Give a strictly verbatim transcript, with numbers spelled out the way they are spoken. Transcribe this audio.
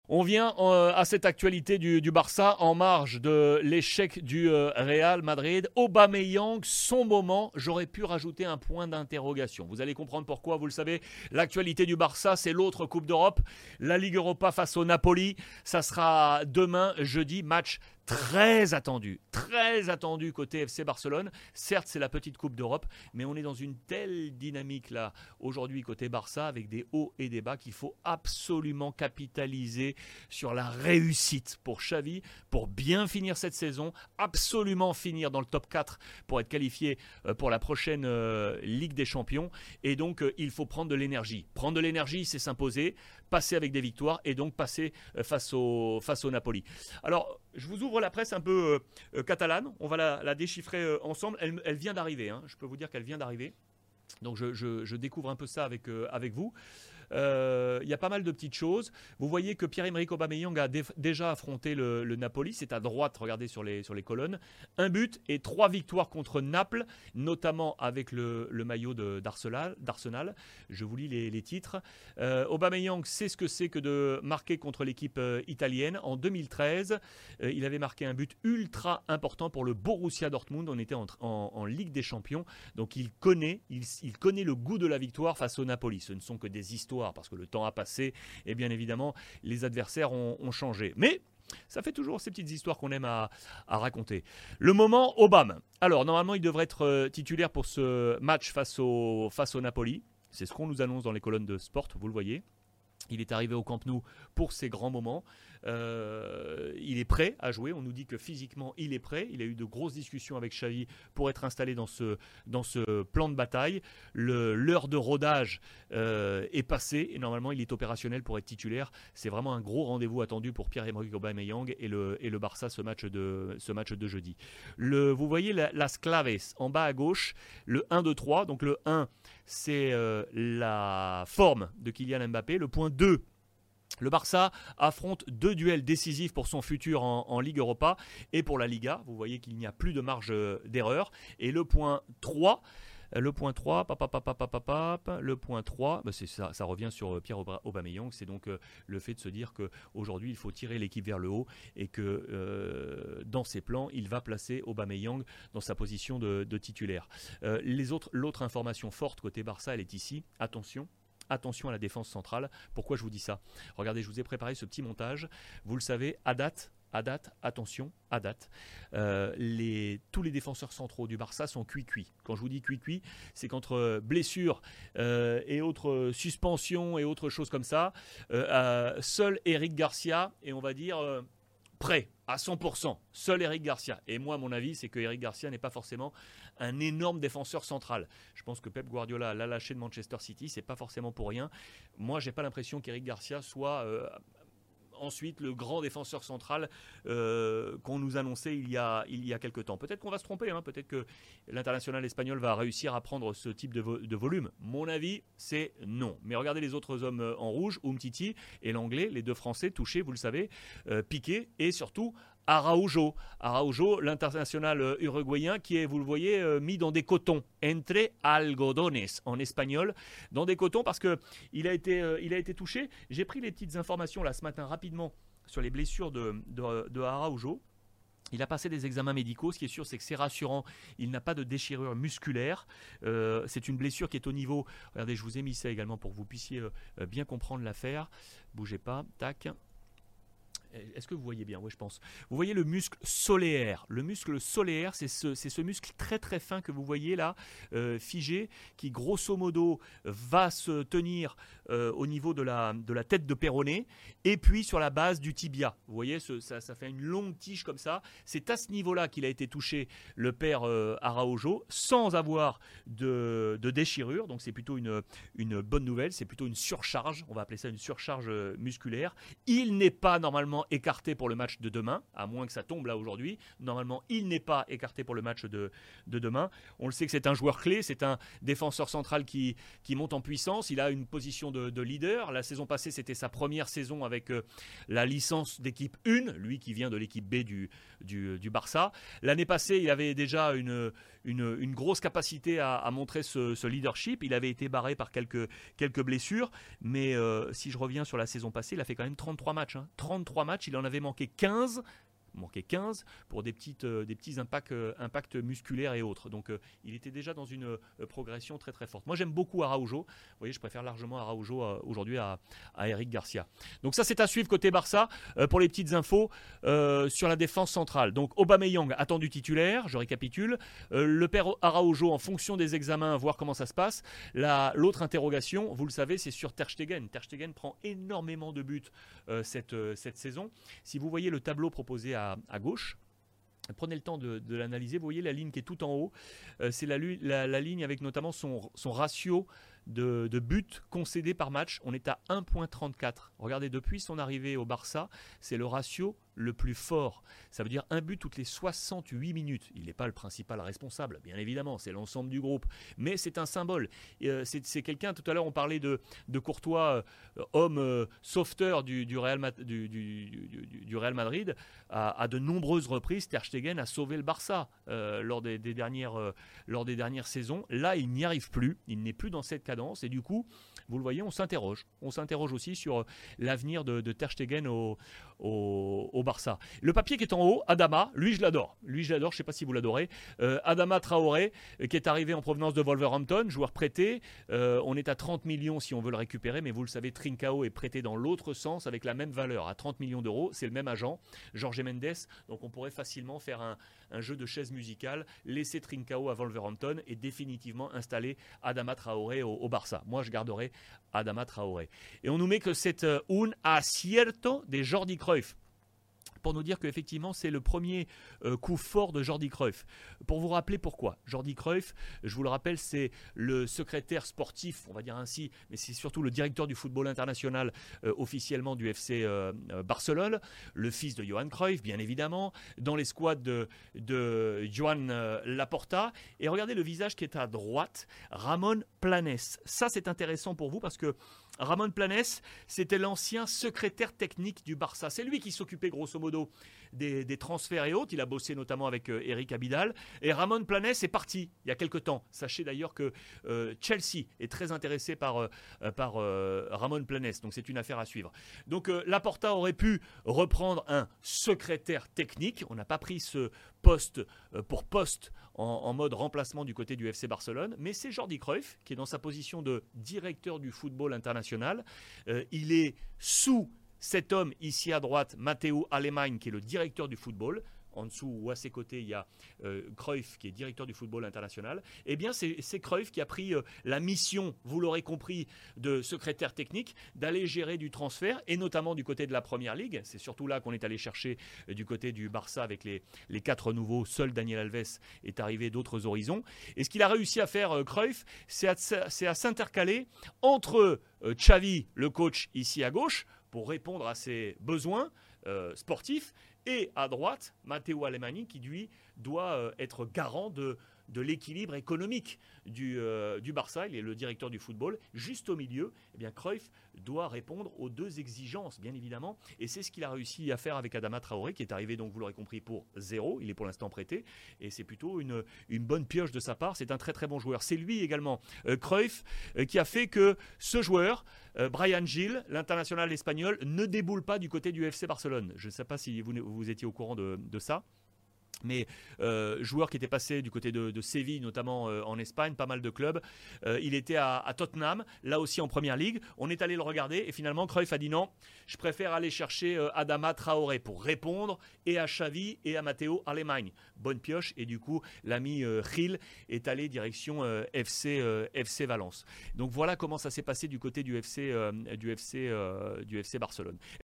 On vient euh, à cette actualité du, du Barça en marge de l'échec du euh, Real Madrid. Aubameyang, son moment, j'aurais pu rajouter un point d'interrogation. Vous allez comprendre pourquoi, vous le savez, l'actualité du Barça, c'est l'autre Coupe d'Europe. La Ligue Europa face au Napoli, ça sera demain, jeudi, match très attendu, très attendu côté F C Barcelone. Certes, c'est la petite Coupe d'Europe, mais on est dans une telle dynamique là aujourd'hui côté Barça avec des hauts et des bas qu'il faut absolument capitaliser sur la réussite pour Xavi, pour bien finir cette saison, absolument finir dans le top quatre pour être qualifié pour la prochaine euh, Ligue des Champions. Et donc, euh, il faut prendre de l'énergie. Prendre de l'énergie, c'est s'imposer, passer avec des victoires et donc passer euh, face, au, face au Napoli. Alors, je vous ouvre la presse un peu euh, catalane, on va la, la déchiffrer euh, ensemble. Elle, elle vient d'arriver, hein. Je peux vous dire qu'elle vient d'arriver. Donc je, je, je découvre un peu ça avec, euh, avec vous. Il euh, y a pas mal de petites choses. Vous voyez que Pierre-Emerick Aubameyang a dé- déjà affronté le, le Napoli. C'est à droite, regardez sur les, sur les colonnes. Un but et trois victoires contre Naples, notamment avec le, le maillot de, d'Arsenal, d'Arsenal. Je vous lis les, les titres. Euh, Aubameyang sait ce que c'est que de marquer contre l'équipe euh, italienne. En deux mille treize, euh, il avait marqué un but ultra important pour le Borussia Dortmund. On était en, en, en Ligue des Champions. Donc il connaît, il, il connaît le goût de la victoire face au Napoli. Ce ne sont que des histoires parce que le temps a passé et bien évidemment les adversaires ont, ont changé. Mais ça fait toujours ces petites histoires qu'on aime à, à raconter. Le moment Aubame. Alors normalement il devrait être titulaire pour ce match face au, face au Napoli. C'est ce qu'on nous annonce dans les colonnes de Sport, vous le voyez. Il est arrivé au Camp Nou pour ces grands moments. Euh, il est prêt à jouer. On nous dit que physiquement, il est prêt. Il a eu de grosses discussions avec Xavi pour être installé dans ce, dans ce plan de bataille. Le, l'heure de rodage euh, est passée et normalement, il est opérationnel pour être titulaire. C'est vraiment un gros rendez-vous attendu pour Pierre-Emerick Aubameyang et le, et le Barça ce match de, ce match de jeudi. Le, vous voyez la, las claves en bas à gauche, le un, deux, trois. Donc le un, c'est euh, la forme de Kylian Mbappé. Le point deux, le Barça affronte deux duels décisifs pour son futur en, en Ligue Europa et pour la Liga. Vous voyez qu'il n'y a plus de marge d'erreur. Et le point trois, le point trois, papa, papa, papa, papa, le point trois, bah c'est ça, ça revient sur Pierre Aubameyang. C'est donc euh, le fait de se dire qu'aujourd'hui, il faut tirer l'équipe vers le haut et que euh, dans ses plans, il va placer Aubameyang dans sa position de, de titulaire. Euh, les autres, l'autre information forte côté Barça, elle est ici. Attention. Attention à la défense centrale. Pourquoi je vous dis ça ? Regardez, je vous ai préparé ce petit montage. Vous le savez, à date, à date, attention, à date, euh, les, tous les défenseurs centraux du Barça sont cuits-cuits. Quand je vous dis cuits-cuits, c'est qu'entre blessures euh, et autres suspensions et autres choses comme ça, euh, euh, seul Eric Garcia est, on va dire, euh, prêt à cent pour cent. Seul Eric Garcia. Et moi, mon avis, c'est que Eric Garcia n'est pas forcément un énorme défenseur central. Je pense que Pep Guardiola l'a lâché de Manchester City, c'est pas forcément pour rien. Moi, j'ai pas l'impression qu'Eric Garcia soit euh, ensuite le grand défenseur central euh, qu'on nous annonçait il y a, il y a quelques temps. Peut-être qu'on va se tromper, hein. Peut-être que l'international espagnol va réussir à prendre ce type de, vo- de volume. Mon avis, c'est non. Mais regardez les autres hommes en rouge, Umtiti et l'anglais, les deux Français touchés, vous le savez, euh, Piqué et surtout Araujo. Araujo, l'international uruguayen qui est, vous le voyez, euh, mis dans des cotons. Entre algodones en espagnol. Dans des cotons parce qu'il a, été, euh, il a été touché. J'ai pris les petites informations là ce matin rapidement sur les blessures de, de, de Araujo. Il a passé des examens médicaux. Ce qui est sûr, c'est que c'est rassurant. Il n'a pas de déchirure musculaire. Euh, c'est une blessure qui est au niveau... Regardez, je vous ai mis ça également pour que vous puissiez euh, bien comprendre l'affaire. Bougez pas. Tac. Est-ce que vous voyez bien ? Oui, je pense. Vous voyez le muscle solaire. Le muscle solaire, c'est ce, c'est ce muscle très très fin que vous voyez là, euh, figé, qui grosso modo va se tenir euh, au niveau de la, de la tête de péroné et puis sur la base du tibia. Vous voyez, ce, ça, ça fait une longue tige comme ça. C'est à ce niveau-là qu'il a été touché, le père euh, Araujo, sans avoir de, de déchirure. Donc c'est plutôt une, une bonne nouvelle. C'est plutôt une surcharge. On va appeler ça une surcharge musculaire. Il n'est pas normalement écarté pour le match de demain, à moins que ça tombe là aujourd'hui. Normalement, il n'est pas écarté pour le match de, de demain. On le sait que c'est un joueur clé, c'est un défenseur central qui, qui monte en puissance. Il a une position de, de leader. La saison passée, c'était sa première saison avec euh, la licence d'équipe un, lui qui vient de l'équipe B du, du, du Barça. L'année passée, il avait déjà une, une, une grosse capacité à, à montrer ce, ce leadership. Il avait été barré par quelques, quelques blessures, mais euh, si je reviens sur la saison passée, il a fait quand même trente-trois matchs. Hein. trente-trois matchs, il en avait manqué quinze. Manquait quinze pour des, petites, euh, des petits impacts, euh, impacts musculaires et autres. Donc euh, il était déjà dans une euh, progression très très forte. Moi j'aime beaucoup Araujo. Vous voyez, je préfère largement Araujo euh, aujourd'hui à, à Eric Garcia. Donc ça c'est à suivre côté Barça. Euh, pour les petites infos euh, sur la défense centrale. Donc Aubameyang attendu titulaire, je récapitule. Euh, le père Araujo en fonction des examens, voir comment ça se passe. La, l'autre interrogation, vous le savez, c'est sur Ter Stegen. Ter Stegen prend énormément de buts euh, cette, euh, cette saison. Si vous voyez le tableau proposé à à gauche, prenez le temps de, de l'analyser. Vous voyez la ligne qui est tout en haut, euh, c'est la, la, la ligne avec notamment son, son ratio de, de buts concédés par match. On est à un virgule trente-quatre. Regardez, depuis son arrivée au Barça, c'est le ratio le plus fort. Ça veut dire un but toutes les soixante-huit minutes. Il n'est pas le principal responsable, bien évidemment, c'est l'ensemble du groupe. Mais c'est un symbole. Euh, c'est, c'est quelqu'un, tout à l'heure on parlait de, de Courtois, euh, homme euh, sauveteur du, du, Real, du, du, du, du Real Madrid. À, à de nombreuses reprises, Ter Stegen a sauvé le Barça euh, lors, des, des dernières, euh, lors des dernières saisons. Là, il n'y arrive plus. Il n'est plus dans cette cadence. Et du coup, vous le voyez, on s'interroge. On s'interroge aussi sur l'avenir de, de Ter Stegen au, au, au Barça. Le papier qui est en haut, Adama, lui je l'adore. Lui je l'adore, je ne sais pas si vous l'adorez. Euh, Adama Traoré, euh, qui est arrivé en provenance de Wolverhampton, joueur prêté. Euh, on est à trente millions si on veut le récupérer, mais vous le savez, Trincao est prêté dans l'autre sens avec la même valeur, à trente millions d'euros. C'est le même agent, Jorge Mendes. Donc on pourrait facilement faire un, un jeu de chaises musicales, laisser Trincao à Wolverhampton et définitivement installer Adama Traoré au, au Barça. Moi je garderai Adama Traoré. Et on nous met que c'est euh, un acierto de Jordi Cruyff, pour nous dire qu'effectivement c'est le premier euh, coup fort de Jordi Cruyff. Pour vous rappeler pourquoi. Jordi Cruyff, je vous le rappelle, c'est le secrétaire sportif, on va dire ainsi, mais c'est surtout le directeur du football international euh, officiellement du F C euh, Barcelone, le fils de Johan Cruyff, bien évidemment, dans les squads de, de Joan euh, Laporta. Et regardez le visage qui est à droite, Ramon Planes. Ça c'est intéressant pour vous parce que Ramon Planes, c'était l'ancien secrétaire technique du Barça. C'est lui qui s'occupait grosso modo des, des transferts et autres. Il a bossé notamment avec euh, Eric Abidal. Et Ramon Planes est parti il y a quelque temps. Sachez d'ailleurs que euh, Chelsea est très intéressé par, euh, par euh, Ramon Planes. Donc c'est une affaire à suivre. Donc euh, Laporta aurait pu reprendre un secrétaire technique. On n'a pas pris ce poste euh, pour poste en, en mode remplacement du côté du F C Barcelone. Mais c'est Jordi Cruyff qui est dans sa position de directeur du football international. Euh, il est sous cet homme ici à droite, Matteo Alemany, qui est le directeur du football. En dessous ou à ses côtés, il y a euh, Cruyff qui est directeur du football international. Eh bien, c'est, c'est Cruyff qui a pris euh, la mission, vous l'aurez compris, de secrétaire technique, d'aller gérer du transfert, et notamment du côté de la Première Ligue. C'est surtout là qu'on est allé chercher euh, du côté du Barça avec les, les quatre nouveaux. Seul Daniel Alves est arrivé d'autres horizons. Et ce qu'il a réussi à faire, euh, Cruyff, c'est à, c'est à s'intercaler entre euh, Xavi, le coach ici à gauche, pour répondre à ses besoins euh, sportifs, et à droite, Matteo Alemany qui lui doit euh, être garant de, de l'équilibre économique du, euh, du Barça. Il est le directeur du football. Juste au milieu, eh bien, Cruyff doit répondre aux deux exigences, bien évidemment. Et c'est ce qu'il a réussi à faire avec Adama Traoré, qui est arrivé, donc vous l'aurez compris, pour zéro. Il est pour l'instant prêté. Et c'est plutôt une, une bonne pioche de sa part. C'est un très très bon joueur. C'est lui également, euh, Cruyff, euh, qui a fait que ce joueur, euh, Bryan Gil, l'international espagnol, ne déboule pas du côté du F C Barcelone. Je ne sais pas si vous, vous étiez au courant de, de ça. Mais euh, joueur qui était passé du côté de, de Séville, notamment euh, en Espagne, pas mal de clubs. Euh, il était à, à Tottenham, là aussi en Première Ligue. On est allé le regarder et finalement Cruyff a dit non, je préfère aller chercher euh, Adama Traoré pour répondre et à Xavi et à Matteo Alemany. Bonne pioche, et du coup l'ami euh, Gil est allé direction euh, F C, euh, F C Valence. Donc voilà comment ça s'est passé du côté du F C, euh, du F C, euh, du F C Barcelone.